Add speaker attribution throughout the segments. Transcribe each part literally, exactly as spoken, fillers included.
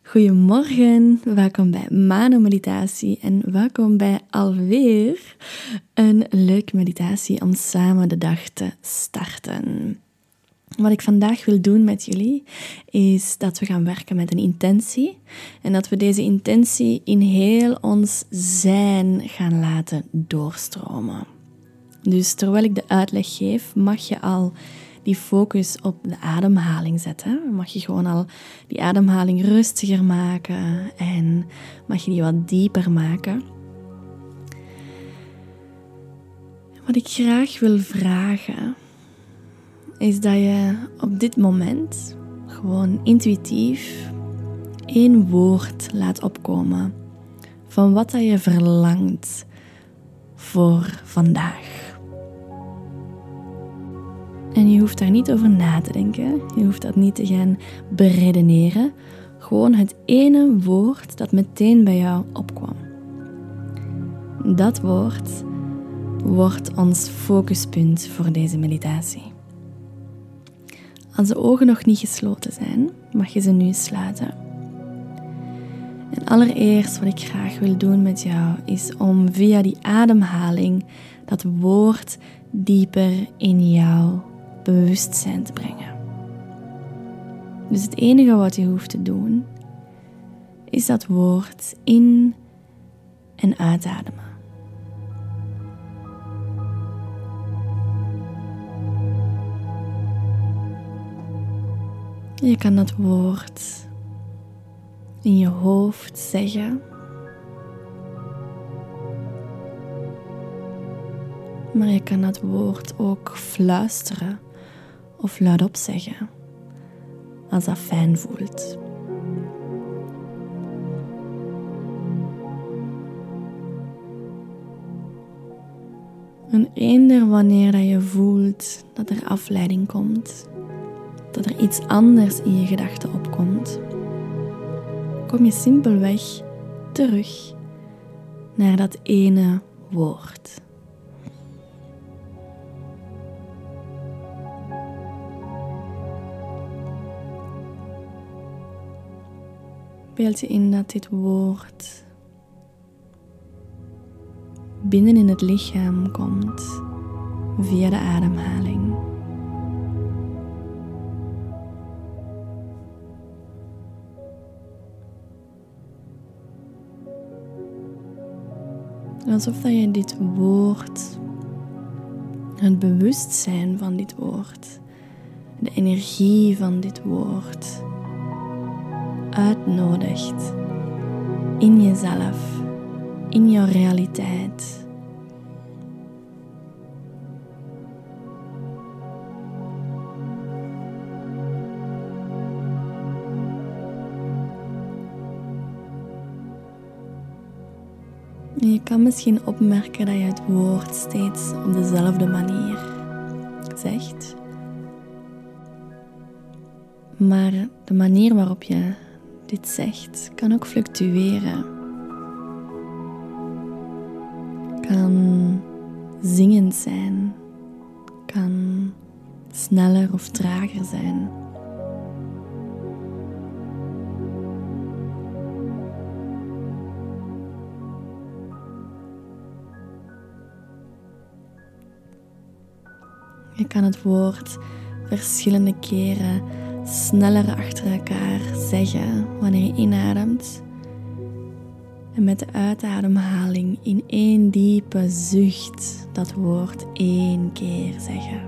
Speaker 1: Goedemorgen, welkom bij Mano Meditatie en welkom bij alweer een leuke meditatie om samen de dag te starten. Wat ik vandaag wil doen met jullie is dat we gaan werken met een intentie en dat we deze intentie in heel ons zijn gaan laten doorstromen. Dus terwijl ik de uitleg geef, mag je al die focus op de ademhaling zetten. Mag je gewoon al die ademhaling rustiger maken en mag je die wat dieper maken. Wat ik graag wil vragen is dat je op dit moment gewoon intuïtief één woord laat opkomen van wat dat je verlangt voor vandaag. En je hoeft daar niet over na te denken. Je hoeft dat niet te gaan beredeneren. Gewoon het ene woord dat meteen bij jou opkwam. Dat woord wordt ons focuspunt voor deze meditatie. Als de ogen nog niet gesloten zijn, mag je ze nu sluiten. En allereerst wat ik graag wil doen met jou is om via die ademhaling dat woord dieper in jouw bewustzijn te brengen. Dus het enige wat je hoeft te doen is dat woord in- en uitademen. Je kan dat woord in je hoofd zeggen, maar je kan dat woord ook fluisteren of luidop zeggen, als dat fijn voelt. En eender wanneer dat je voelt dat er afleiding komt, dat er iets anders in je gedachten opkomt, kom je simpelweg terug naar dat ene woord. Beeld je in dat dit woord binnen in het lichaam komt via de ademhaling. Alsof dat je dit woord, het bewustzijn van dit woord, de energie van dit woord uitnodigt in jezelf, in jouw realiteit. En je kan misschien opmerken dat je het woord steeds op dezelfde manier zegt. Maar de manier waarop je dit zegt kan ook fluctueren. Kan zingend zijn. Kan sneller of trager zijn. Je kan het woord verschillende keren sneller achter elkaar zeggen wanneer je inademt. En met de uitademhaling in één diepe zucht dat woord één keer zeggen.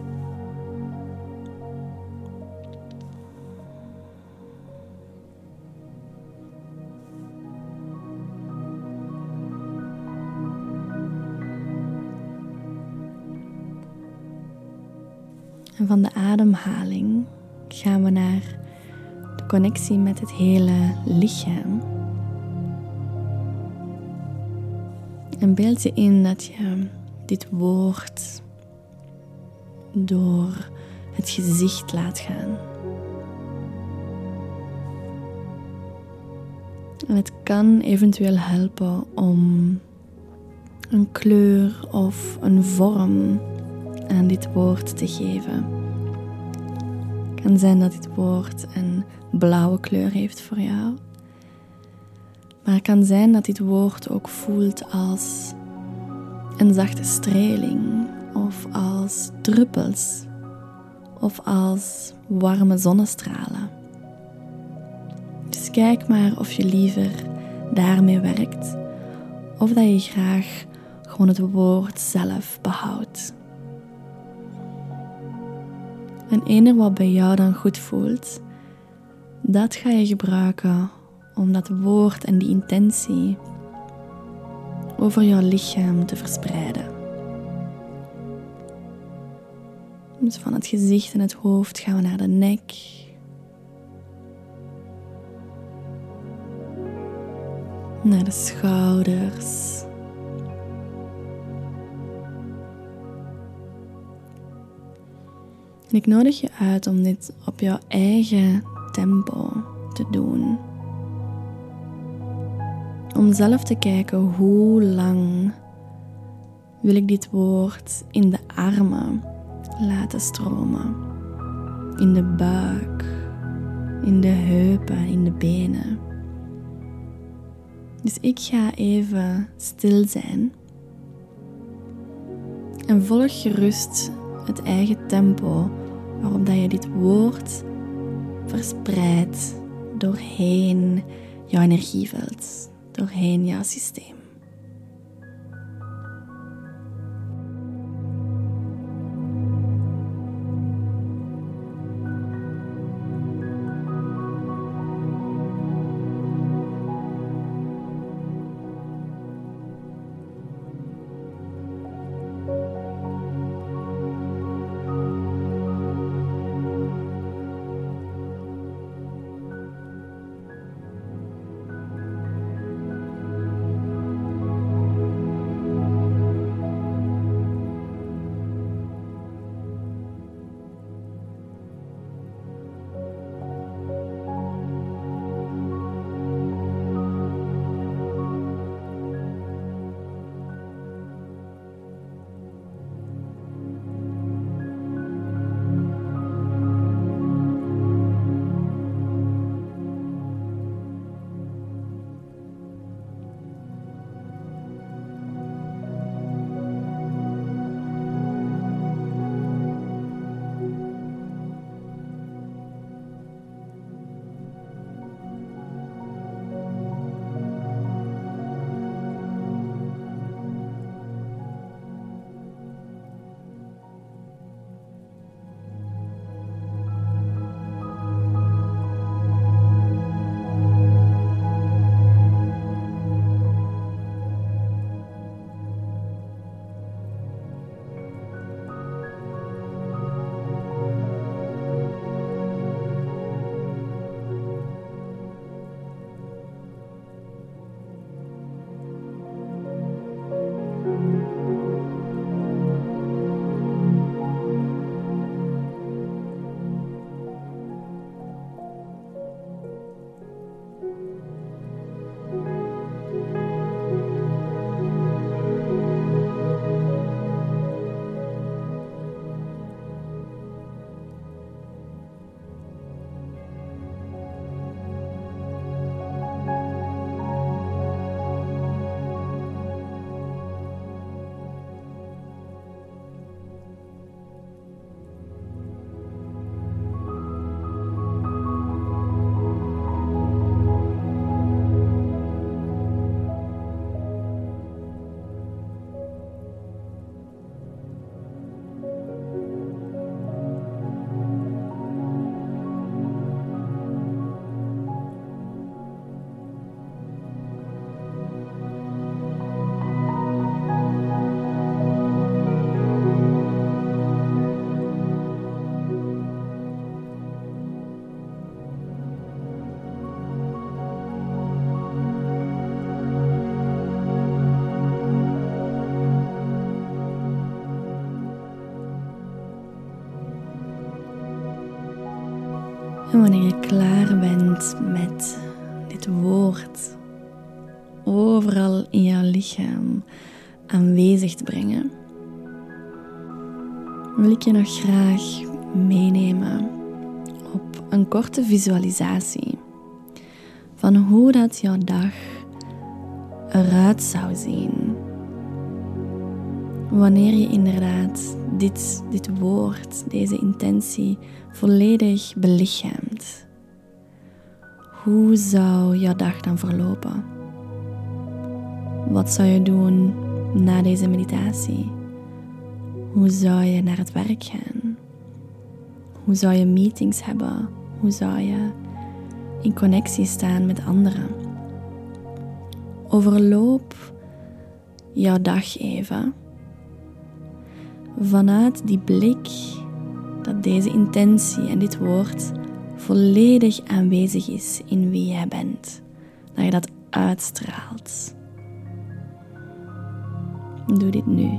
Speaker 1: En van de ademhaling gaan we naar de connectie met het hele lichaam. En beeld je in dat je dit woord door het gezicht laat gaan. En het kan eventueel helpen om een kleur of een vorm aan dit woord te geven. Het kan zijn dat dit woord een blauwe kleur heeft voor jou. Maar het kan zijn dat dit woord ook voelt als een zachte streling, of als druppels, of als warme zonnestralen. Dus kijk maar of je liever daarmee werkt, of dat je graag gewoon het woord zelf behoudt. En eender wat bij jou dan goed voelt, dat ga je gebruiken om dat woord en die intentie over jouw lichaam te verspreiden. Dus van het gezicht en het hoofd gaan we naar de nek. Naar de schouders. En ik nodig je uit om dit op jouw eigen tempo te doen. Om zelf te kijken hoe lang wil ik dit woord in de armen laten stromen. In de buik, in de heupen, in de benen. Dus ik ga even stil zijn. En volg gerust het eigen tempo waarop dat je dit woord verspreidt doorheen jouw energieveld, doorheen jouw systeem. En wanneer je klaar bent met dit woord overal in jouw lichaam aanwezig te brengen, wil ik je nog graag meenemen op een korte visualisatie van hoe dat jouw dag eruit zou zien. Wanneer je inderdaad dit, dit woord, deze intentie volledig belichaamt. Hoe zou jouw dag dan verlopen? Wat zou je doen na deze meditatie? Hoe zou je naar het werk gaan? Hoe zou je meetings hebben? Hoe zou je in connectie staan met anderen? Overloop jouw dag even vanuit die blik dat deze intentie en dit woord volledig aanwezig is in wie jij bent. Dat je dat uitstraalt. Doe dit nu.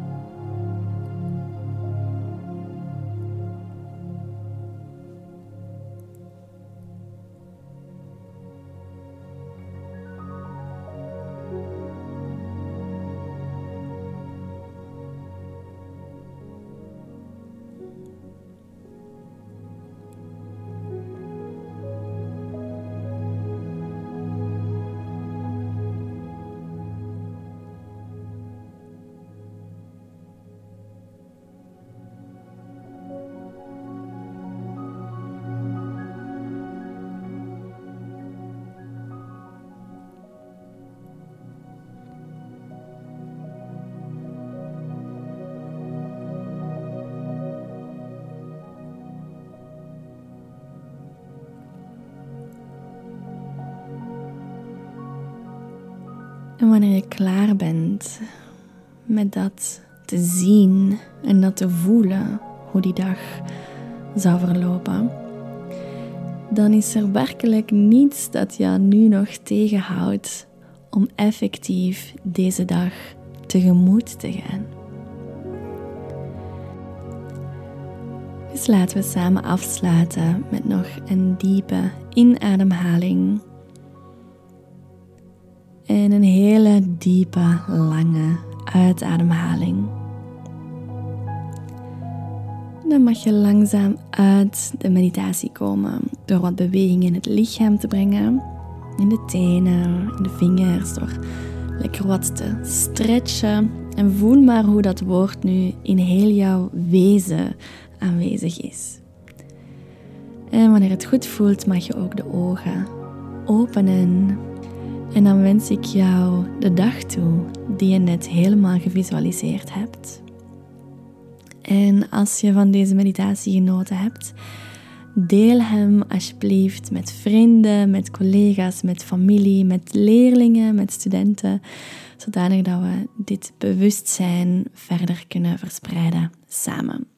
Speaker 1: En wanneer je klaar bent met dat te zien en dat te voelen, hoe die dag zou verlopen, dan is er werkelijk niets dat je nu nog tegenhoudt om effectief deze dag tegemoet te gaan. Dus laten we samen afsluiten met nog een diepe inademhaling. En een hele diepe, lange uitademhaling. Dan mag je langzaam uit de meditatie komen door wat beweging in het lichaam te brengen. In de tenen, in de vingers, door lekker wat te stretchen. En voel maar hoe dat woord nu in heel jouw wezen aanwezig is. En wanneer het goed voelt, mag je ook de ogen openen. En dan wens ik jou de dag toe die je net helemaal gevisualiseerd hebt. En als je van deze meditatie genoten hebt, deel hem alsjeblieft met vrienden, met collega's, met familie, met leerlingen, met studenten, zodanig dat we dit bewustzijn verder kunnen verspreiden samen.